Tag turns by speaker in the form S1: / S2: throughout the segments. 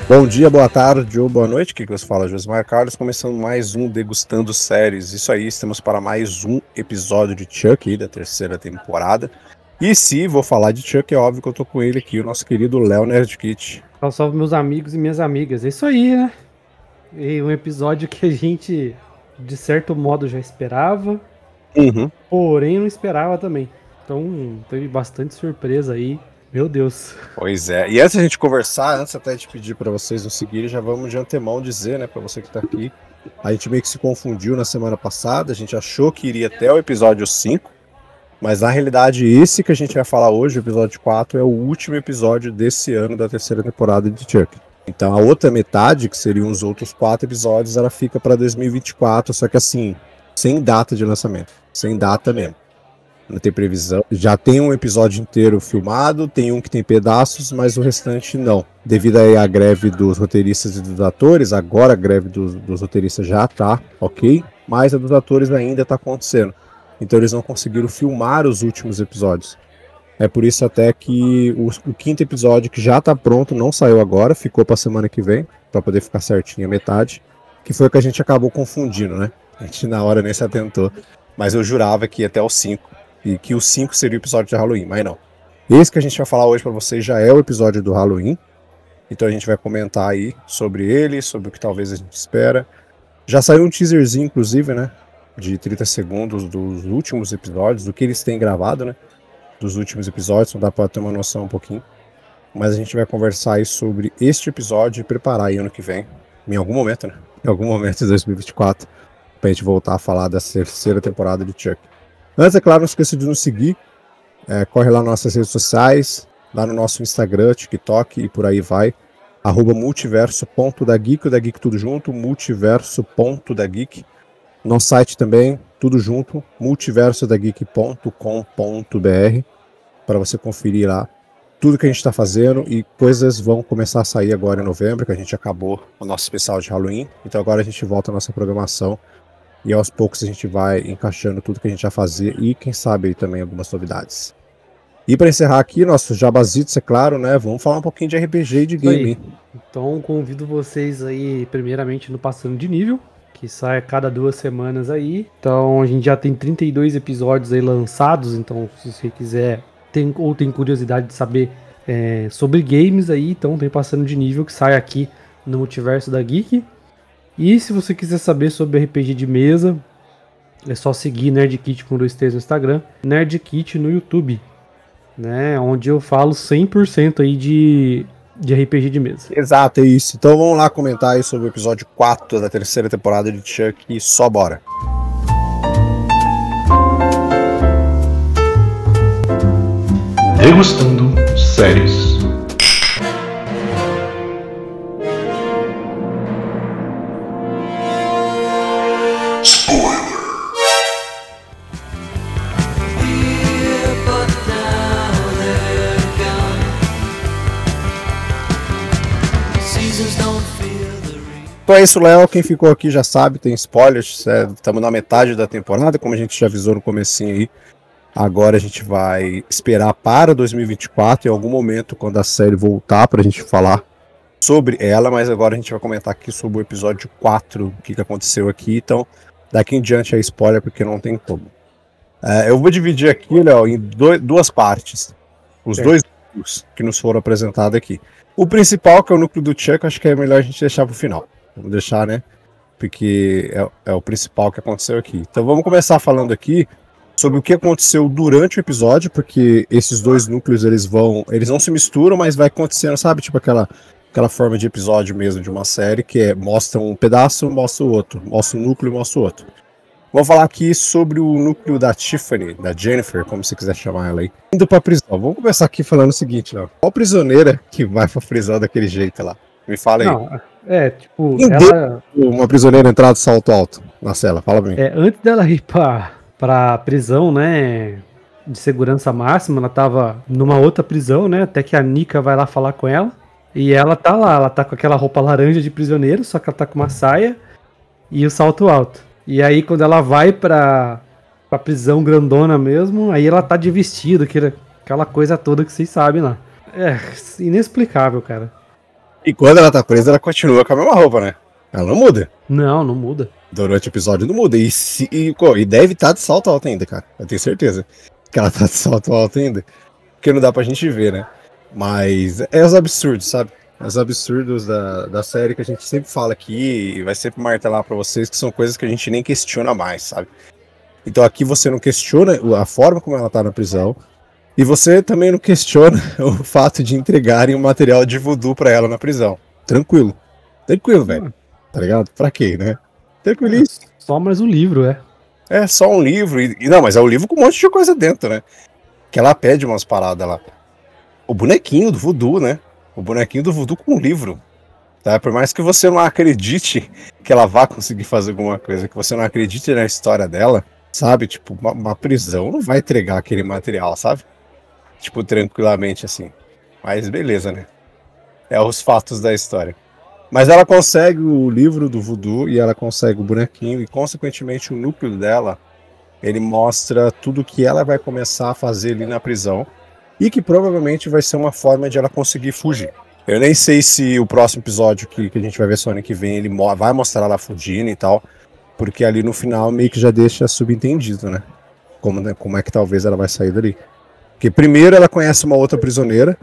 S1: Bom dia, boa tarde ou boa noite, que você fala, Josmar Carlos, começando mais um Degustando Séries. Isso aí, estamos para mais um episódio de Chuck aí, da terceira temporada. E se vou falar de Chuck, é óbvio que eu tô com ele aqui, o nosso querido Léo Nerdkit.
S2: Salve meus amigos e minhas amigas. É isso aí, né? E um episódio que a gente, de certo modo, já esperava, porém não esperava também. Então, teve bastante surpresa aí. Meu Deus.
S1: Pois é, e antes da gente conversar, antes até de pedir para vocês nos seguirem, já vamos de antemão dizer, né, para você que tá aqui, a gente meio que se confundiu na semana passada, a gente achou que iria até o episódio 5, mas na realidade esse que a gente vai falar hoje, o episódio 4, é o último episódio desse ano da terceira temporada de Chuck. Então a outra metade, que seriam os outros 4 episódios, ela fica para 2024, só que assim, sem data de lançamento, sem data mesmo. Não tem previsão. Já tem um episódio inteiro filmado, tem um que tem pedaços, mas o restante não. Devido aí à greve dos roteiristas e dos atores, agora a greve dos roteiristas já tá ok, mas a dos atores ainda tá acontecendo. Então eles não conseguiram filmar os últimos episódios. É por isso até que o quinto episódio, que já tá pronto, não saiu agora, ficou pra semana que vem, pra poder ficar certinho a metade, que foi o que a gente acabou confundindo, né? A gente na hora nem se atentou, mas eu jurava que ia até o 5, e que o 5 seria o episódio de Halloween, mas não. Esse que a gente vai falar hoje pra vocês já é o episódio do Halloween, então a gente vai comentar aí sobre ele, sobre o que talvez a gente espera. Já saiu um teaserzinho, inclusive, né? De 30 segundos dos últimos episódios, do que eles têm gravado, né? Dos últimos episódios, não dá pra ter uma noção um pouquinho. Mas a gente vai conversar aí sobre este episódio e preparar aí ano que vem, em algum momento, né? Em algum momento de 2024, pra gente voltar a falar da terceira temporada de Chuck. Antes, é claro, não esqueça de nos seguir. Corre lá nas nossas redes sociais, lá no nosso Instagram, TikTok e por aí vai. @multiverso.dageek, o da Geek tudo junto, multiverso.dageek. Nosso site também, tudo junto, multiversodageek.com.br, para você conferir lá tudo que a gente está fazendo, e coisas vão começar a sair agora em novembro, que a gente acabou o nosso especial de Halloween, então agora a gente volta à nossa programação e aos poucos a gente vai encaixando tudo que a gente já fazia e quem sabe também algumas novidades. E para encerrar aqui, nossos jabazitos, é claro, né? Vamos falar um pouquinho de RPG e de game.
S2: Então, convido vocês aí, primeiramente, no Passando de Nível, que sai a cada 2 semanas aí. Então, a gente já tem 32 episódios aí lançados, então, se você quiser tem curiosidade de saber sobre games aí, então tem Passando de Nível que sai aqui no Multiverso da Geek. E se você quiser saber sobre RPG de mesa, é só seguir Nerdkit com 2 T's no Instagram, Nerdkit no YouTube, né, onde eu falo 100% aí de RPG de mesa.
S1: Exato, é isso. Então vamos lá comentar aí sobre o episódio 4 da terceira temporada de Chuck e só bora.
S3: Degustando séries.
S1: Então é isso, Léo. Quem ficou aqui já sabe, tem spoilers. Estamos na metade da temporada, como a gente já avisou no comecinho aí. Agora a gente vai esperar para 2024, em algum momento, quando a série voltar, pra gente falar sobre ela. Mas agora a gente vai comentar aqui sobre o episódio 4, o que aconteceu aqui. Então, daqui em diante é spoiler, porque não tem como. Eu vou dividir aqui, Léo, em duas partes. Os dois núcleos que nos foram apresentados aqui. O principal, que é o núcleo do Chuck, acho que é melhor a gente deixar pro final. Vamos deixar, né? Porque é o principal que aconteceu aqui. Então vamos começar falando aqui sobre o que aconteceu durante o episódio, porque esses dois núcleos eles não se misturam, mas vai acontecendo, sabe? Tipo aquela forma de episódio mesmo de uma série, que mostra um pedaço, mostra o outro. Mostra um núcleo, mostra o outro. Vou falar aqui sobre o núcleo da Tiffany, da Jennifer, como você quiser chamar ela aí, indo pra prisão. Vamos começar aqui falando o seguinte, Léo. Qual prisioneira que vai pra prisão daquele jeito lá? Me fala aí.
S2: Não, tipo,
S1: ela... Uma prisioneira entrar de salto alto na cela, fala pra mim.
S2: Antes dela ir pra prisão, né, de segurança máxima, ela tava numa outra prisão, né, até que a Nika vai lá falar com ela, e ela tá lá, ela tá com aquela roupa laranja de prisioneiro, só que ela tá com uma saia e o salto alto. E aí quando ela vai pra prisão grandona mesmo, aí ela tá de vestido, aquela coisa toda que vocês sabem lá. É inexplicável, cara.
S1: E quando ela tá presa, ela continua com a mesma roupa, né? Ela não muda.
S2: Não muda.
S1: Durante o episódio não muda. E deve estar de salto alto ainda, cara. Eu tenho certeza que ela tá de salto alto ainda. Porque não dá pra gente ver, né? Mas é os absurdos, sabe? Os absurdos da série que a gente sempre fala aqui e vai sempre martelar pra vocês, que são coisas que a gente nem questiona mais, sabe? Então aqui você não questiona a forma como ela tá na prisão. E você também não questiona o fato de entregarem um material de voodoo pra ela na prisão. Tranquilo. Tranquilo, velho. Tá ligado? Pra quê, né? Tranquilíssimo.
S2: Só mais um livro, é.
S1: É só um livro. Não, mas é um livro com um monte de coisa dentro, né? Que ela pede umas paradas lá. O bonequinho do voodoo, né? O bonequinho do voodoo com um livro. Tá? Por mais que você não acredite que ela vá conseguir fazer alguma coisa, que você não acredite na história dela, sabe? Tipo, uma prisão não vai entregar aquele material, sabe? Tipo, tranquilamente assim. Mas beleza, né? É os fatos da história. Mas ela consegue o livro do voodoo e ela consegue o bonequinho e, consequentemente, o núcleo dela, ele mostra tudo que ela vai começar a fazer ali na prisão e que provavelmente vai ser uma forma de ela conseguir fugir. Eu nem sei se o próximo episódio que a gente vai ver só ano que vem, ele vai mostrar ela fugindo e tal, porque ali no final meio que já deixa subentendido, né? Como é que talvez ela vai sair dali. Porque primeiro ela conhece uma outra prisioneira,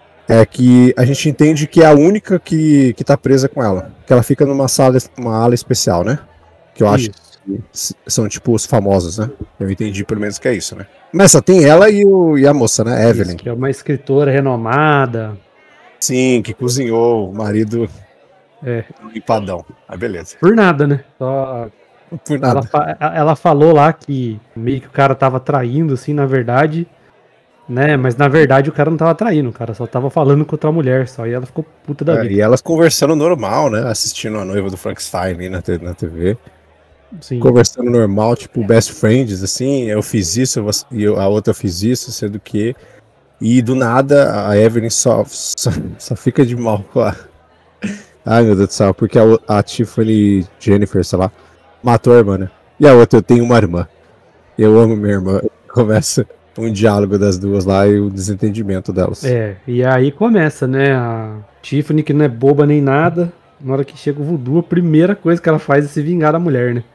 S1: que a gente entende que é a única que tá presa com ela. Que ela fica numa ala especial, né? Que eu acho que são tipo os famosos, né? Eu entendi pelo menos que é isso, né? Mas só tem ela e a moça, né? Evelyn.
S2: Isso, que é uma escritora renomada.
S1: Sim, que cozinhou o marido empadão. Ah, beleza.
S2: Por nada, né? Só
S1: Por nada.
S2: ela falou lá que meio que o cara tava traindo, assim, na verdade, né? Mas na verdade o cara não tava traindo, o cara só tava falando com outra mulher só. E ela ficou puta da vida.
S1: E elas conversando normal, né? Assistindo a noiva do Frankenstein ali na TV.
S2: Sim.
S1: Conversando normal, tipo best friends, assim. Eu fiz isso e a outra fiz isso, sendo que. E do nada a Evelyn só fica de mal com a. Ai meu Deus do céu, porque a Tiffany Jennifer, sei lá, matou a irmã, né? E a outra, eu tenho uma irmã. Eu amo minha irmã. Começa um diálogo das duas lá e o desentendimento delas.
S2: E aí começa, né? A Tiffany, que não é boba nem nada, na hora que chega o voodoo, a primeira coisa que ela faz é se vingar da mulher, né?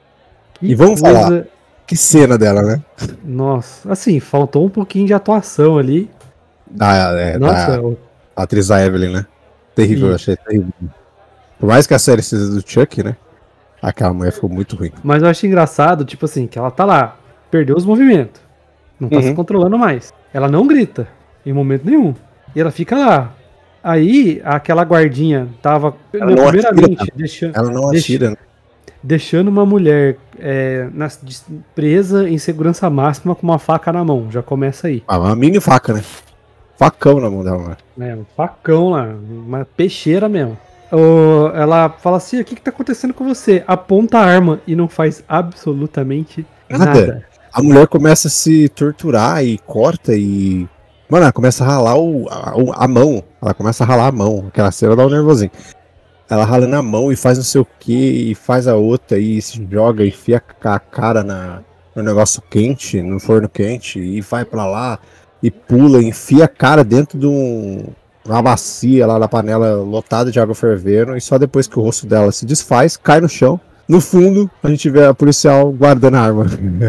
S1: E vamos falar, que cena dela, né?
S2: Nossa, assim, faltou um pouquinho de atuação ali.
S1: Nossa, a atriz da Evelyn, né? Terrível, eu achei terrível. Por mais que a série seja do Chuck, né? Aquela mulher ficou muito ruim.
S2: Mas eu acho engraçado, tipo assim, que ela tá lá, perdeu os movimentos, não tá se controlando mais. Ela não grita, em momento nenhum. E ela fica lá. Aí, aquela guardinha tava, primeiramente, deixando uma mulher presa em segurança máxima com uma faca na mão. Já começa aí.
S1: Uma mini faca, né? Facão na mão dela, né?
S2: Um facão lá, uma peixeira mesmo. Ela fala assim, o que tá acontecendo com você? Aponta a arma e não faz absolutamente nada.
S1: A mulher começa a se torturar e corta e... Mano, ela começa a ralar a mão. Ela começa a ralar a mão. Aquela cena dá um nervosinho. Ela rala na mão e faz não sei o que, e faz a outra e se joga, enfia a cara no negócio quente, no forno quente, e vai pra lá, e pula, enfia a cara dentro de uma bacia lá na panela lotada de água fervendo, e só depois que o rosto dela se desfaz, cai no chão. No fundo, a gente vê a policial guardando a arma.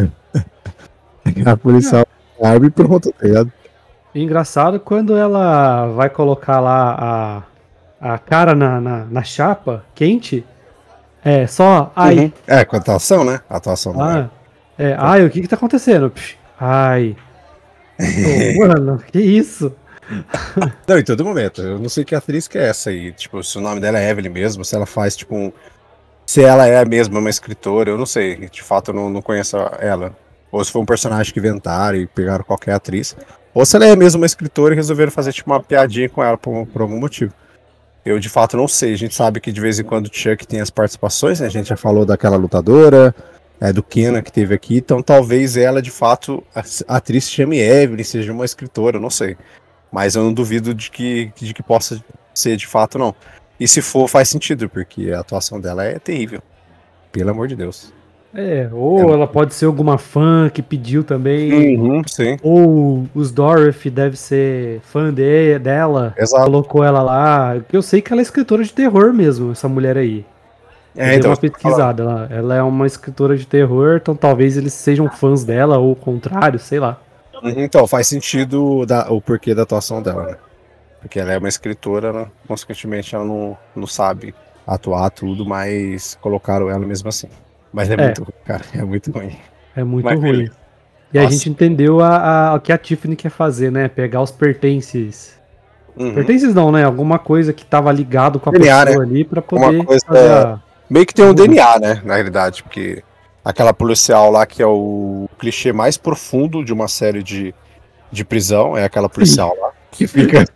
S1: A policial com a arma e pronto, tá ligado?
S2: Engraçado quando ela vai colocar lá a cara na chapa quente, só ai.
S1: Com a atuação, né? A atuação não
S2: ai, o que tá acontecendo? Ai. Mano, que isso?
S1: Não, em todo momento. Eu não sei que atriz que é essa aí. Tipo, se o nome dela é Evelyn mesmo, se ela faz, tipo, se ela é mesmo uma escritora, eu não sei. De fato, eu não conheço ela. Ou se foi um personagem que inventaram e pegaram qualquer atriz. Ou se ela é mesmo uma escritora e resolveram fazer, tipo, uma piadinha com ela por algum motivo. Eu, de fato, não sei. A gente sabe que de vez em quando o Chuck tem as participações, né? A gente já falou daquela lutadora, do Kenan que teve aqui. Então, talvez ela, de fato, a atriz se chame Evelyn, seja uma escritora, eu não sei. Mas eu não duvido de que possa ser de fato, não. E se for, faz sentido, porque a atuação dela é terrível. Pelo amor de Deus.
S2: Ou ela pode ser alguma fã que pediu também.
S1: Sim.
S2: Ou os Dorothy deve ser fã dela.
S1: Exato.
S2: Colocou ela lá. Eu sei que ela é escritora de terror mesmo, essa mulher aí. Eu dei
S1: Então,
S2: uma pesquisada. Ela é uma escritora de terror, então talvez eles sejam fãs dela, ou o contrário, sei lá.
S1: Então, faz sentido o porquê da atuação dela, né? Porque ela é uma escritora, né? Consequentemente ela não sabe atuar tudo, mas colocaram ela mesmo assim. Mas é muito ruim, cara. É muito ruim.
S2: É muito
S1: Mas
S2: ruim.
S1: beleza.
S2: E a
S1: Nossa.
S2: gente entendeu o que a Tiffany quer fazer, né? Pegar os pertences.
S1: Uhum.
S2: Pertences não, né? Alguma coisa que tava ligado com a
S1: DNA,
S2: pessoa
S1: né?
S2: ali pra
S1: Uma
S2: poder
S1: coisa.
S2: fazer a...
S1: Meio que tem um DNA, né? Na realidade, porque aquela policial lá que é o clichê mais profundo de uma série de prisão, é aquela policial lá que fica.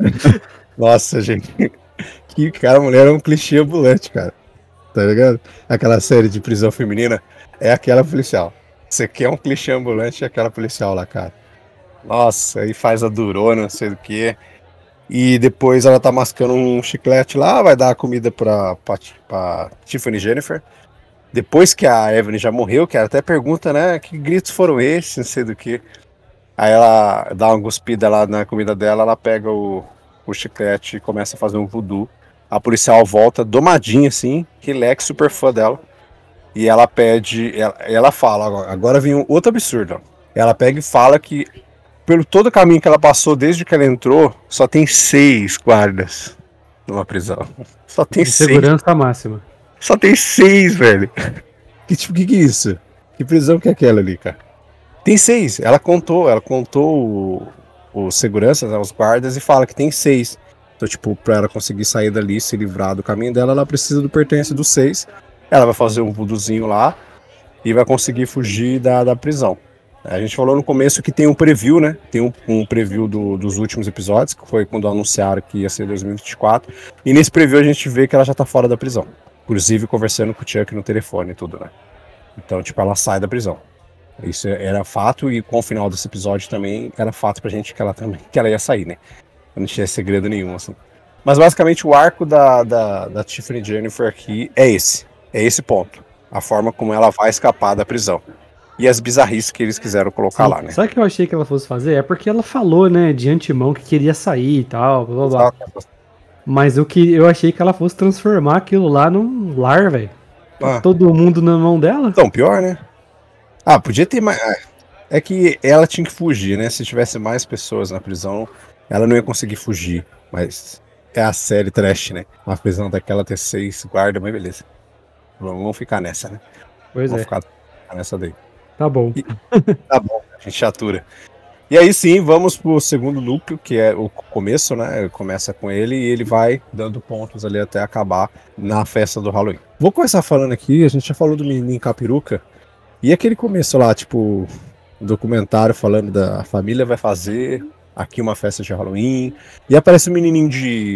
S1: Nossa, gente. Que cara, a mulher é um clichê ambulante, cara. Tá ligado? Aquela série de prisão feminina é aquela policial. Você quer um clichê ambulante, é aquela policial lá, cara. Nossa, aí faz a durona, não sei do que. E depois ela tá mascando um chiclete lá, vai dar a comida pra Tiffany Jennifer. Depois que a Evelyn já morreu, que ela até pergunta, né, que gritos foram esses, não sei do que. Aí ela dá uma cuspida lá na comida dela, ela pega o chiclete e começa a fazer um voodoo. A policial volta domadinha assim, relax, super fã dela. E ela pede, ela fala, agora vem um outro absurdo. Ó. Ela pega e fala que pelo todo o caminho que ela passou desde que ela entrou, só tem 6 guardas numa prisão. Só tem
S2: de
S1: 6.
S2: segurança máxima.
S1: Só tem 6, velho. Que tipo, que é isso? Que prisão que é aquela ali, cara? Tem 6. Ela contou os seguranças, né, os guardas, e fala que tem 6. Então, tipo, pra ela conseguir sair dali, se livrar do caminho dela, ela precisa do pertence dos 6. Ela vai fazer um vuduzinho lá e vai conseguir fugir da prisão. A gente falou no começo que tem um preview, né? Tem um preview dos últimos episódios, que foi quando anunciaram que ia ser 2024. E nesse preview a gente vê que ela já tá fora da prisão. Inclusive conversando com o Chuck no telefone e tudo, né? Então, tipo, ela sai da prisão. Isso era fato, e com o final desse episódio também era fato pra gente que ela ia sair, né? Não tinha segredo nenhum, assim. Mas basicamente o arco da Tiffany Jennifer aqui é esse ponto. A forma como ela vai escapar da prisão. E as bizarrices que eles quiseram colocar lá, né?
S2: Sabe o que eu achei que ela fosse fazer? É porque ela falou, né, de antemão que queria sair e tal, blá blá blá. Mas eu achei que ela fosse transformar aquilo lá num lar, velho. Todo mundo na mão dela.
S1: Então, pior, né? Ah, podia ter mais. É que ela tinha que fugir, né? Se tivesse mais pessoas na prisão, ela não ia conseguir fugir. Mas é a série trash, né? Uma prisão daquela ter 6 guardas, mas beleza. Vamos ficar nessa, né?
S2: Pois
S1: Vamos
S2: é.
S1: ficar nessa daí.
S2: Tá bom.
S1: Tá bom, a gente atura. E aí sim, vamos pro segundo núcleo, que é o começo, né? Começa com ele e ele vai dando pontos ali até acabar na festa do Halloween. Vou começar falando aqui, a gente já falou do menininho Capiruca. E aquele começo lá, tipo, documentário falando da família vai fazer aqui uma festa de Halloween. E aparece um menininho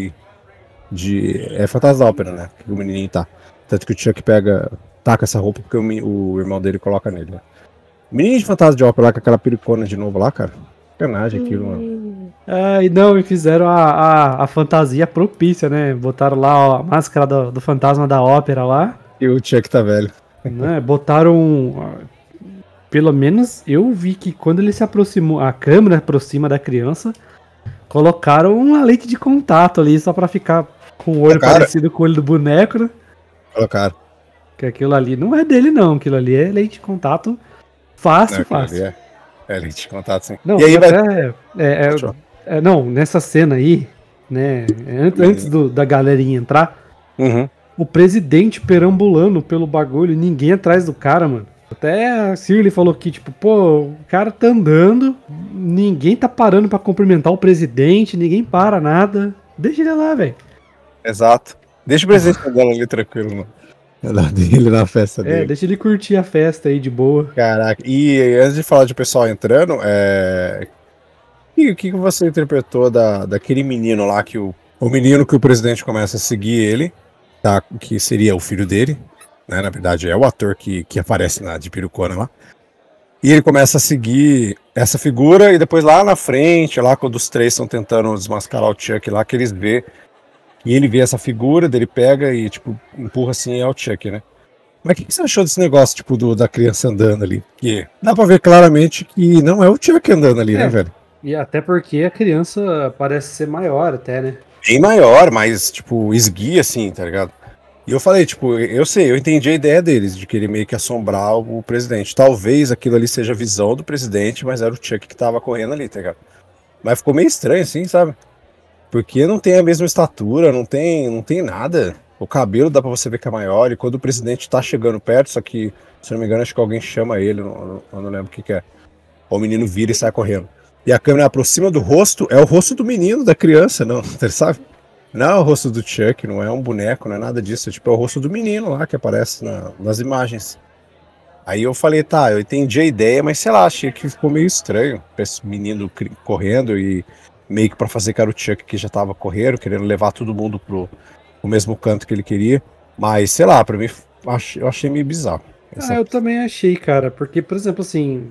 S1: é Fantasma da Ópera, né? Que o menininho tá. Tanto que o Chuck taca essa roupa porque o irmão dele coloca nele, né? Menino de Fantasma de Ópera lá com aquela pericona de novo lá, cara. Sacanagem aquilo, mano.
S2: E não, e fizeram a fantasia propícia, né? Botaram lá ó, a máscara do fantasma da ópera lá.
S1: E o Chuck tá velho.
S2: Né? Botaram. Pelo menos eu vi que quando ele se aproximou, a câmera aproxima da criança, colocaram uma lente de contato ali só pra ficar com o olho parecido com o olho do boneco, né?
S1: Colocaram.
S2: Que aquilo ali não é dele, não. Aquilo ali é lente de contato fácil.
S1: É lente de contato, sim.
S2: Não,
S1: e aí
S2: não, nessa cena aí, né? Antes da galerinha entrar, o presidente perambulando pelo bagulho, ninguém atrás do cara, mano. Até a Shirley falou que, tipo, pô, o cara tá andando, ninguém tá parando pra cumprimentar o presidente, ninguém para nada. Deixa ele lá, velho.
S1: Exato. Deixa o presidente dela ali tranquilo, mano. Dele na festa dele.
S2: Deixa ele curtir a festa aí de boa.
S1: Caraca, e antes de falar de pessoal entrando, o que você interpretou daquele menino lá o menino que o presidente começa a seguir ele, tá? Que seria o filho dele, né? Na verdade é o ator que aparece de perucona lá. E ele começa a seguir essa figura e depois lá na frente, lá quando os três estão tentando desmascarar o Chuck lá, que eles vê. E ele vê essa figura, dele pega e, tipo, empurra assim, é o Chuck, né? Mas o que você achou desse negócio, tipo, da criança andando ali? Que dá pra ver claramente que não é o Chuck andando ali, né, velho?
S2: E até porque a criança parece ser maior até, né?
S1: Bem maior, mas, tipo, esguia, assim, tá ligado? E eu falei, tipo, eu entendi a ideia deles, de querer meio que assombrar o presidente. Talvez aquilo ali seja a visão do presidente, mas era o Chuck que tava correndo ali, tá ligado? Mas ficou meio estranho, assim, sabe? Porque não tem a mesma estatura, não tem nada. O cabelo dá pra você ver que é maior, e quando o presidente tá chegando perto, só que, se eu não me engano, acho que alguém chama ele, eu não lembro o que é. O menino vira e sai correndo. E a câmera aproxima do rosto, é o rosto do menino, da criança, não, você sabe? Não é o rosto do Chuck, não é um boneco, não é nada disso, é tipo é o rosto do menino lá que aparece nas imagens. Aí eu falei, tá, eu entendi a ideia, mas sei lá, achei que ficou meio estranho. Esse menino correndo e meio que pra fazer que era o Chuck que já tava correndo, querendo levar todo mundo pro mesmo canto que ele queria. Mas sei lá, pra mim eu achei meio bizarro.
S2: Eu também achei, cara, porque, por exemplo, assim,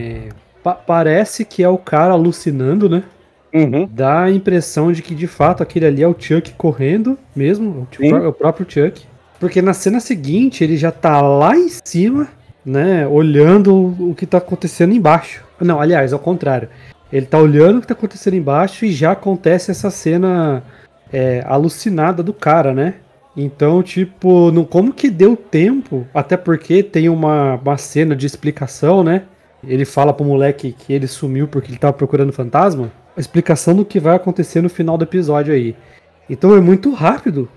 S2: parece que é o cara alucinando, né?
S1: Uhum.
S2: Dá a impressão de que de fato aquele ali é o Chuck correndo mesmo, o próprio Chuck. Porque na cena seguinte ele já tá lá em cima, né, olhando o que tá acontecendo embaixo. Não, aliás, ao contrário. Ele tá olhando o que tá acontecendo embaixo e já acontece essa cena alucinada do cara, né? Então, tipo, como que deu tempo? Até porque tem uma cena de explicação, né? Ele fala pro moleque que ele sumiu porque ele tava procurando fantasma. A explicação do que vai acontecer no final do episódio aí. Então é muito rápido.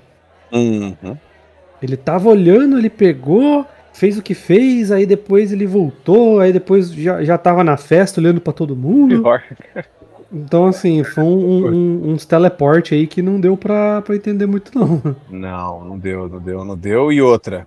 S1: Uhum.
S2: Ele tava olhando, ele pegou, fez o que fez, aí depois ele voltou, aí depois já tava na festa olhando pra todo mundo. Então, assim, foi uns teleporte aí que não deu pra entender muito, não.
S1: Não deu. E outra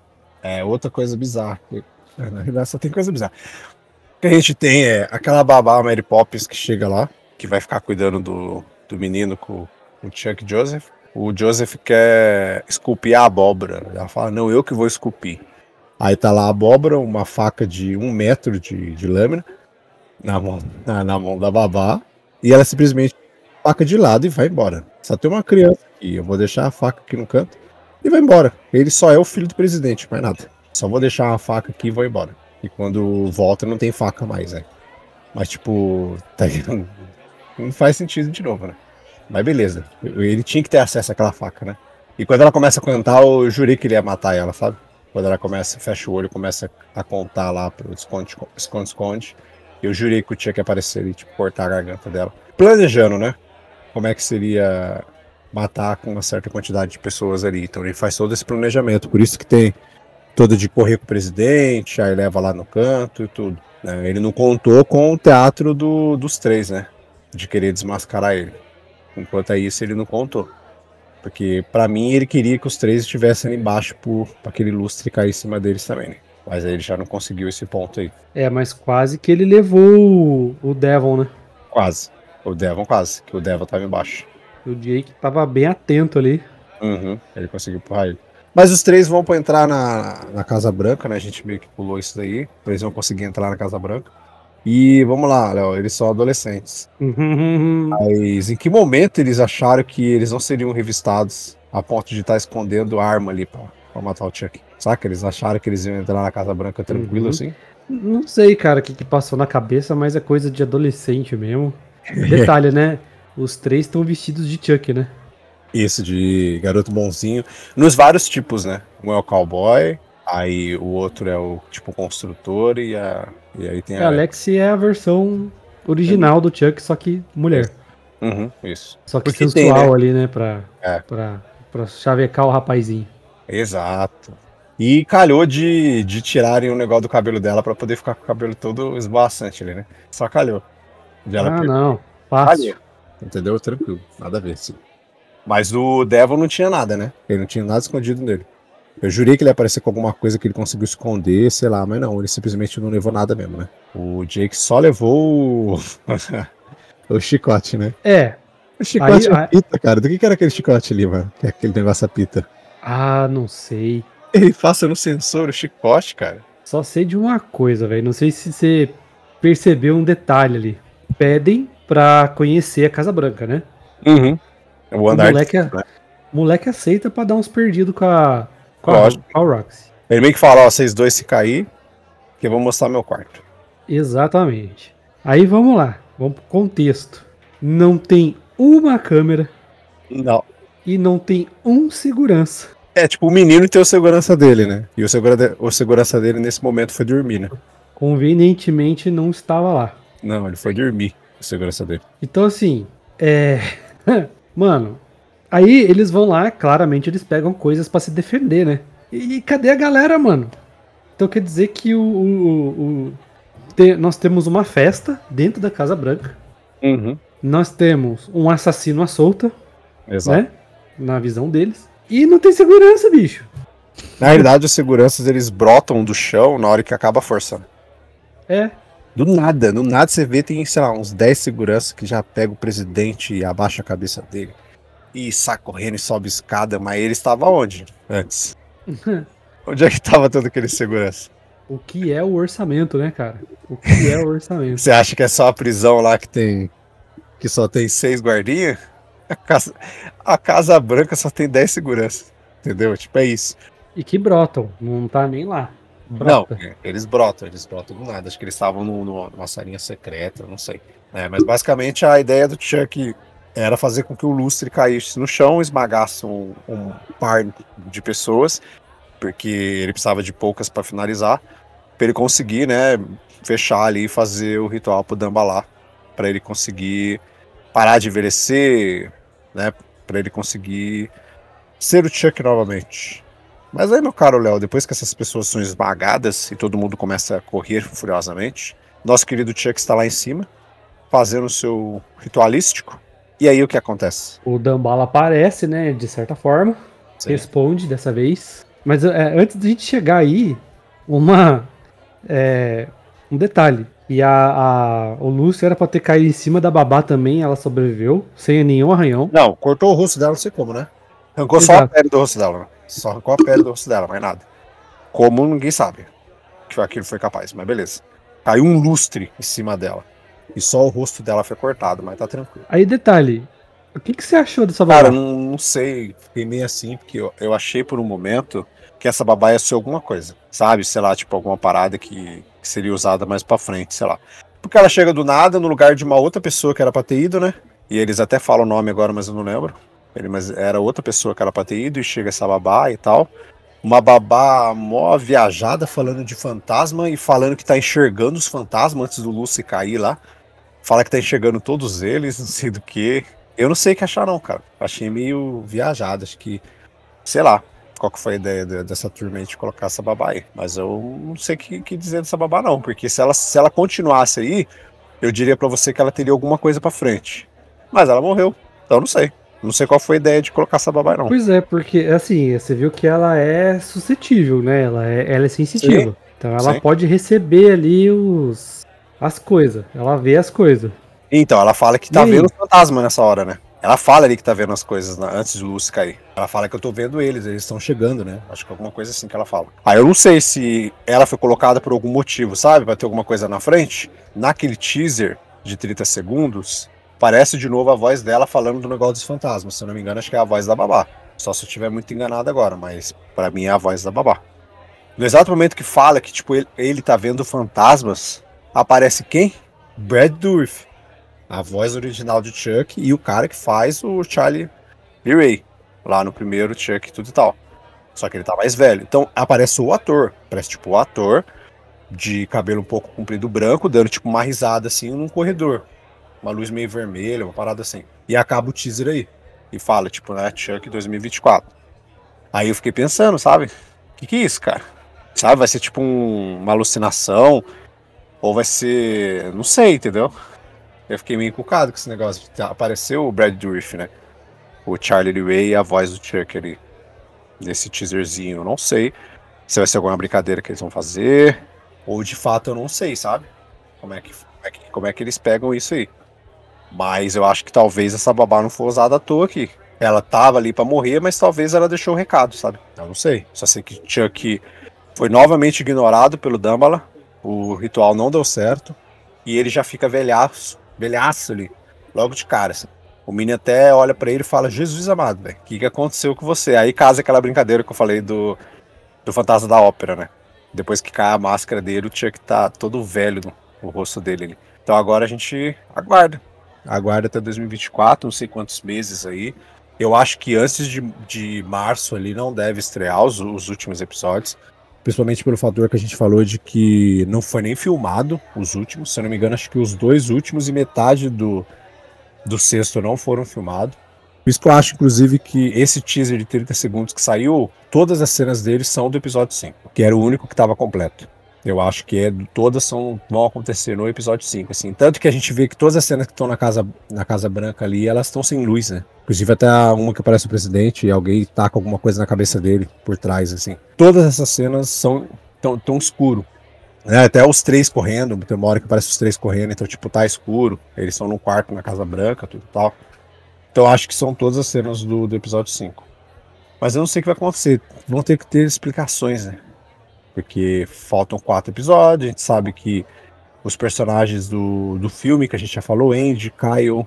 S1: coisa bizarra. Na realidade só tem coisa bizarra. O que a gente tem é aquela babá Mary Poppins que chega lá, que vai ficar cuidando do menino com o Chuck Joseph. O Joseph quer esculpir a abóbora. Ela fala, não, eu que vou esculpir. Aí tá lá a abóbora, uma faca de 1 metro de lâmina na mão da babá. E ela simplesmente faca de lado e vai embora. Só tem uma criança aqui, eu vou deixar a faca aqui no canto e vai embora. Ele só é o filho do presidente, mais nada. Só vou deixar uma faca aqui e vou embora. E quando volta não tem faca mais, né? Mas tipo, tá aí, não faz sentido de novo, né? Mas beleza, ele tinha que ter acesso àquela faca, né? E quando ela começa a cantar, eu jurei que ele ia matar ela, sabe? Quando ela fecha o olho, começa a contar lá pro esconde-esconde. Eu jurei que o Chuck ia aparecer e, tipo, cortar a garganta dela. Planejando, né? Como é que seria matar com uma certa quantidade de pessoas ali. Então ele faz todo esse planejamento. Por isso que tem todo de correr com o presidente, aí leva lá no canto e tudo. Né? Ele não contou com o teatro dos três, né? De querer desmascarar ele. Enquanto isso, ele não contou. Porque, pra mim, ele queria que os três estivessem ali embaixo pra aquele lustre cair em cima deles também, né? Mas aí ele já não conseguiu esse ponto aí.
S2: Mas quase que ele levou o Devon, né?
S1: Quase. O Devon quase, que o Devon tava embaixo.
S2: O Jake tava bem atento ali.
S1: Uhum, ele conseguiu empurrar ele. Mas os três vão pra entrar na Casa Branca, né? A gente meio que pulou isso daí. Eles vão conseguir entrar na Casa Branca. E vamos lá, Léo, eles são adolescentes. Mas em que momento eles acharam que eles não seriam revistados a ponto de estar escondendo arma ali pra matar o Chuck? Saca? Eles acharam que eles iam entrar na Casa Branca tranquilo assim?
S2: Não sei, cara, o que passou na cabeça, mas é coisa de adolescente mesmo. Detalhe, né? Os três estão vestidos de Chuck, né?
S1: Isso, de garoto bonzinho. Nos vários tipos, né? Um é o cowboy, aí o outro é o tipo construtor e aí tem
S2: a Alex é a versão original do Chuck, só que mulher.
S1: Uhum, isso.
S2: Só que porque sensual tem, né? Ali, né? Pra chavecar o rapazinho.
S1: Exato. E calhou de tirarem o negócio do cabelo dela pra poder ficar com o cabelo todo esvoaçante ali, né? Só calhou.
S2: Não. Fácil.
S1: Entendeu? Tranquilo. Nada a ver, sim. Mas o Devon não tinha nada, né? Ele não tinha nada escondido nele. Eu jurei que ele ia aparecer com alguma coisa que ele conseguiu esconder, sei lá, mas não, ele simplesmente não levou nada mesmo, né? O Jake só levou o chicote, né? O chicote é pita, cara. Do que era aquele chicote ali, mano? Que é aquele negócio a pita.
S2: Não sei.
S1: Ele passa no sensor o chicote, cara.
S2: Só sei de uma coisa, velho. Não sei se você percebeu um detalhe ali. Pedem pra conhecer a Casa Branca, né?
S1: Uhum. O
S2: moleque aceita pra dar uns perdidos com a Roxy.
S1: Ele meio que fala, ó, vocês dois se cair, que eu vou mostrar meu quarto.
S2: Exatamente. Aí vamos lá, vamos pro contexto. Não tem uma câmera
S1: Não.
S2: e não tem um segurança.
S1: É, tipo, o menino tem o segurança dele, né? E o segurança dele nesse momento foi dormir, né?
S2: Convenientemente não estava lá.
S1: Não, ele foi dormir, o segurança dele.
S2: Então assim, mano, aí eles vão lá, claramente eles pegam coisas pra se defender, né? E cadê a galera, mano? Então quer dizer que nós temos uma festa dentro da Casa Branca.
S1: Uhum.
S2: Nós temos um assassino à solta,
S1: Exato.
S2: né? Na visão deles. E não tem segurança, bicho.
S1: Na realidade, os seguranças, eles brotam do chão na hora que acaba a força.
S2: É.
S1: Do nada você vê, tem, sei lá, uns 10 seguranças que já pega o presidente e abaixa a cabeça dele. E sai correndo e sobe escada, mas ele estava onde antes? Onde é que tava todo aquele segurança?
S2: O que é o orçamento, né, cara? O que é o orçamento?
S1: Você acha que é só a prisão lá que só tem 6 guardinhas? A Casa Branca só tem 10 seguranças. Entendeu? Tipo, é isso.
S2: E que brotam, não tá nem lá.
S1: Não,
S2: Brota.
S1: eles brotam do nada. Acho que eles estavam numa salinha secreta, não sei. Mas basicamente a ideia do Chuck era fazer com que o lustre caísse no chão, esmagasse um par de pessoas, porque ele precisava de poucas para finalizar, para ele conseguir, né, fechar ali e fazer o ritual pro Dambalá, para ele conseguir parar de envelhecer, né, para ele conseguir ser o Chuck novamente. Mas aí, meu caro Léo, depois que essas pessoas são esmagadas e todo mundo começa a correr furiosamente, nosso querido Chuck está lá em cima, fazendo o seu ritualístico. E aí o que acontece?
S2: O Dambala aparece, né, de certa forma.
S1: Sim.
S2: Responde dessa vez. Mas antes de a gente chegar aí, um detalhe. E o Lúcio era pra ter caído em cima da babá também, ela sobreviveu, sem nenhum arranhão.
S1: Não, cortou o rosto dela, não sei como, né? Arrancou só a pele do rosto dela, né? Só arrancou a pele do rosto dela, mais nada. Como, ninguém sabe que aquilo foi capaz, mas beleza. Caiu um lustre em cima dela. E só o rosto dela foi cortado, mas tá tranquilo.
S2: Aí, detalhe. O que você achou dessa babá?
S1: Cara, não sei. Fiquei meio assim, porque eu achei por um momento que essa babá ia ser alguma coisa. Sabe? Sei lá, tipo, alguma parada que seria usada mais pra frente, sei lá. Porque ela chega do nada no lugar de uma outra pessoa que era pra ter ido, né? E eles até falam o nome agora, mas eu não lembro. Mas era outra pessoa que era pra ter ido e chega essa babá e tal. Uma babá mó viajada falando de fantasma e falando que tá enxergando os fantasmas antes do Lucy cair lá. Fala que tá enxergando todos eles, não sei do que. Eu não sei o que achar não, cara. Achei meio viajado, acho que... Sei lá qual que foi a ideia dessa turma aí de colocar essa babá aí. Mas eu não sei o que dizer dessa babá não, porque se ela continuasse aí, eu diria pra você que ela teria alguma coisa pra frente. Mas ela morreu, então não sei. Não sei qual foi a ideia de colocar essa babá não.
S2: Pois é, porque assim, você viu que ela é suscetível, né? Ela é sensitiva.
S1: Sim,
S2: então ela
S1: sim.
S2: pode receber ali as coisas. Ela vê as coisas.
S1: Então, ela fala que tá
S2: E aí?
S1: vendo o fantasma nessa hora, né? Ela fala ali que tá vendo as coisas antes de Lucy cair. Ela fala que eu tô vendo eles estão chegando, né? Acho que é alguma coisa assim que ela fala. Aí eu não sei se ela foi colocada por algum motivo, sabe? Pra ter alguma coisa na frente. Naquele teaser de 30 segundos, parece de novo a voz dela falando do negócio dos fantasmas. Se eu não me engano, acho que é a voz da babá. Só se eu estiver muito enganado agora, mas pra mim é a voz da babá. No exato momento que fala que, tipo, ele tá vendo fantasmas, aparece quem? Brad Dourif. A voz original de Chuck e o cara que faz o Charlie Lee Ray, lá no primeiro Chuck e tudo e tal. Só que ele tá mais velho. Então aparece o ator. Parece tipo o ator de cabelo um pouco comprido branco, dando tipo uma risada assim num corredor. Uma luz meio vermelha, uma parada assim. E acaba o teaser aí. E fala, tipo, né, Chuck 2024. Aí eu fiquei pensando, sabe? O que é isso, cara? Sabe, vai ser tipo uma alucinação? Ou vai ser... Não sei, entendeu? Eu fiquei meio encucado com esse negócio. Apareceu o Brad Dourif, né? O Charlie Lee Ray e a voz do Chuck ali. Nesse teaserzinho. Eu não sei se vai ser alguma brincadeira que eles vão fazer. Ou de fato eu não sei, sabe? Como é que eles pegam isso aí. Mas eu acho que talvez essa babá não foi usada à toa aqui. Ela tava ali pra morrer, mas talvez ela deixou o recado, sabe? Eu não sei. Só sei que Chuck foi novamente ignorado pelo Damballa. O ritual não deu certo. E ele já fica velhaço ali, logo de cara, assim. O menino até olha pra ele e fala, Jesus amado, velho, o que aconteceu com você? Aí casa aquela brincadeira que eu falei do Fantasma da Ópera, né? Depois que cai a máscara dele, o Chuck tá todo velho no rosto dele ali. Então agora a gente aguarda. Aguarda até 2024, não sei quantos meses aí. Eu acho que antes de março ali não deve estrear os últimos episódios. Principalmente pelo fator que a gente falou de que não foi nem filmado os últimos. Se eu não me engano, acho que os 2 últimos e metade do sexto não foram filmados. Por isso que eu acho, inclusive, que esse teaser de 30 segundos que saiu, todas as cenas dele são do episódio 5, que era o único que estava completo. Eu acho que todas vão acontecer no episódio 5, assim. Tanto que a gente vê que todas as cenas que estão na Casa Branca ali, elas estão sem luz, né? Inclusive até uma que aparece o presidente e alguém taca alguma coisa na cabeça dele por trás, assim. Todas essas cenas são tão escuro. Até os 3 correndo, tem uma hora que aparece os 3 correndo, então tipo, tá escuro. Eles estão num quarto na Casa Branca, tudo e tal. Então acho que são todas as cenas do episódio 5. Mas eu não sei o que vai acontecer. Vão ter que ter explicações, né? Porque faltam 4 episódios, a gente sabe que os personagens do filme, que a gente já falou, Andy, Kyle,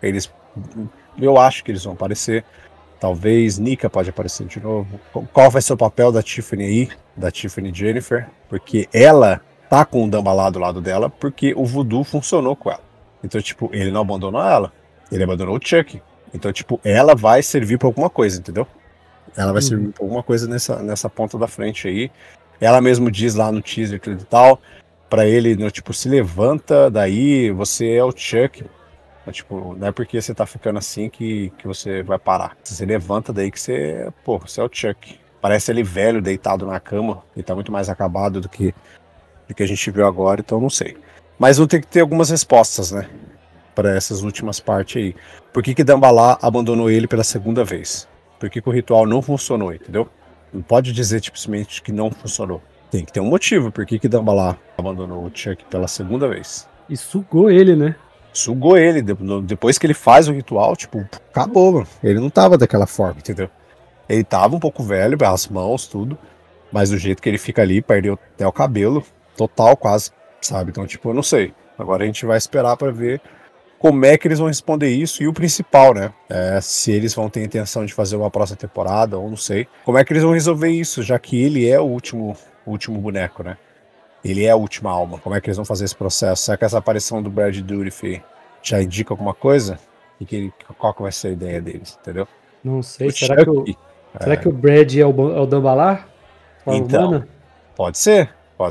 S1: eu acho que eles vão aparecer. Talvez Nika pode aparecer de novo. Qual vai ser o papel da Tiffany aí? Da Tiffany Jennifer? Porque ela tá com o Damballa do lado dela porque o voodoo funcionou com ela. Então, tipo, ele não abandonou ela. Ele abandonou o Chuck. Então, tipo, ela vai servir pra alguma coisa, entendeu? Ela vai servir pra alguma coisa nessa ponta da frente aí. Ela mesmo diz lá no teaser e tal, pra ele, né, tipo, se levanta daí, você é o Chuck. Tipo, não é porque você tá ficando assim que você vai parar. Você levanta daí que você é o Chuck. Parece ele velho, deitado na cama, e tá muito mais acabado do que a gente viu agora, então não sei. Mas vão ter que ter algumas respostas, né? Pra essas últimas partes aí. Por que Damballa abandonou ele pela segunda vez? Por que o ritual não funcionou, entendeu? Não pode dizer tipo, simplesmente que não funcionou. Tem que ter um motivo. Por que Damballa abandonou o Chuck pela segunda vez?
S2: E sugou ele, né?
S1: Sugou ele. Depois que ele faz o ritual, tipo, acabou, mano. Ele não tava daquela forma, entendeu? Ele tava um pouco velho, as mãos, tudo. Mas do jeito que ele fica ali, perdeu até o cabelo. Total, quase, sabe? Então, tipo, eu não sei. Agora a gente vai esperar pra ver como é que eles vão responder isso e o principal, né? Se eles vão ter intenção de fazer uma próxima temporada ou não sei. Como é que eles vão resolver isso, já que ele é o último boneco, né? Ele é a última alma. Como é que eles vão fazer esse processo? Será que essa aparição do Brad Dourif já indica alguma coisa? Qual que vai ser a ideia deles, entendeu?
S2: Não sei. Será que o Brad é o Damballa?
S1: Então, pode ser.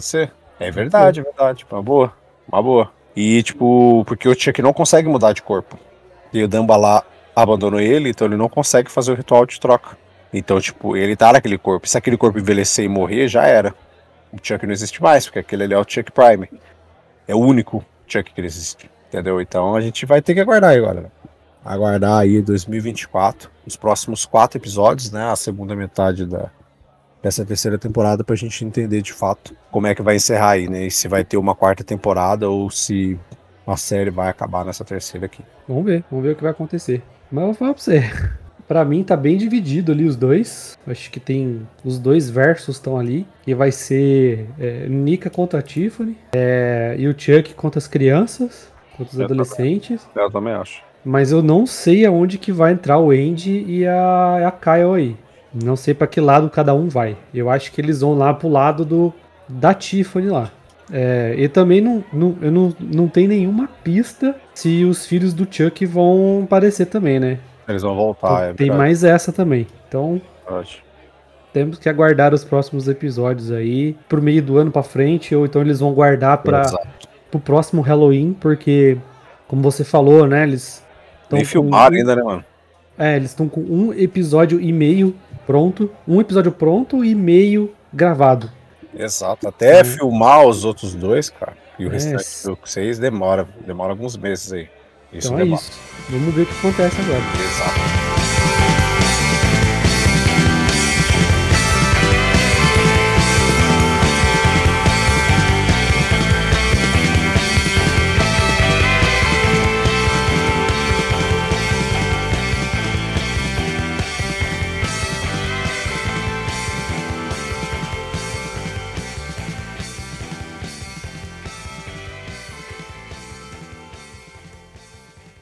S1: É verdade. Uma boa. E, tipo, porque o Chuck não consegue mudar de corpo. E o Damballa abandonou ele, então ele não consegue fazer o ritual de troca. Então, tipo, ele tá naquele corpo. Se aquele corpo envelhecer e morrer, já era. O Chuck não existe mais, porque aquele ali é o Chuck Prime. É o único Chuck que existe. Entendeu? Então a gente vai ter que aguardar aí agora. Aguardar aí 2024, os próximos 4 episódios, né? A segunda metade dessa terceira temporada pra gente entender de fato como é que vai encerrar aí, né? E se vai ter uma 4ª temporada ou se a série vai acabar nessa terceira aqui.
S2: Vamos ver o que vai acontecer. Mas eu vou falar pra você, pra mim tá bem dividido ali os dois. Acho que tem os 2 versos estão ali, que vai ser Nika contra a Tiffany e o Chuck contra as crianças, contra os adolescentes.
S1: Eu também acho.
S2: Mas eu não sei aonde que vai entrar o Andy e a Kyle aí. Não sei pra que lado cada um vai. Eu acho que eles vão lá pro lado da Tiffany lá. E também não tem nenhuma pista se os filhos do Chuck vão aparecer também, né?
S1: Eles vão voltar,
S2: então, tem mais essa também. Então, temos que aguardar os próximos episódios aí pro meio do ano pra frente, ou então eles vão guardar pro próximo Halloween, porque, como você falou, né, eles estão
S1: nem filmaram ainda, né, mano?
S2: Eles estão com 1 episódio e meio pronto, 1 episódio pronto e meio gravado.
S1: Exato, até filmar os outros 2, cara, e o restante do 6 demora alguns meses aí.
S2: Isso então demora. Isso. Vamos ver o que acontece agora.
S1: Exato.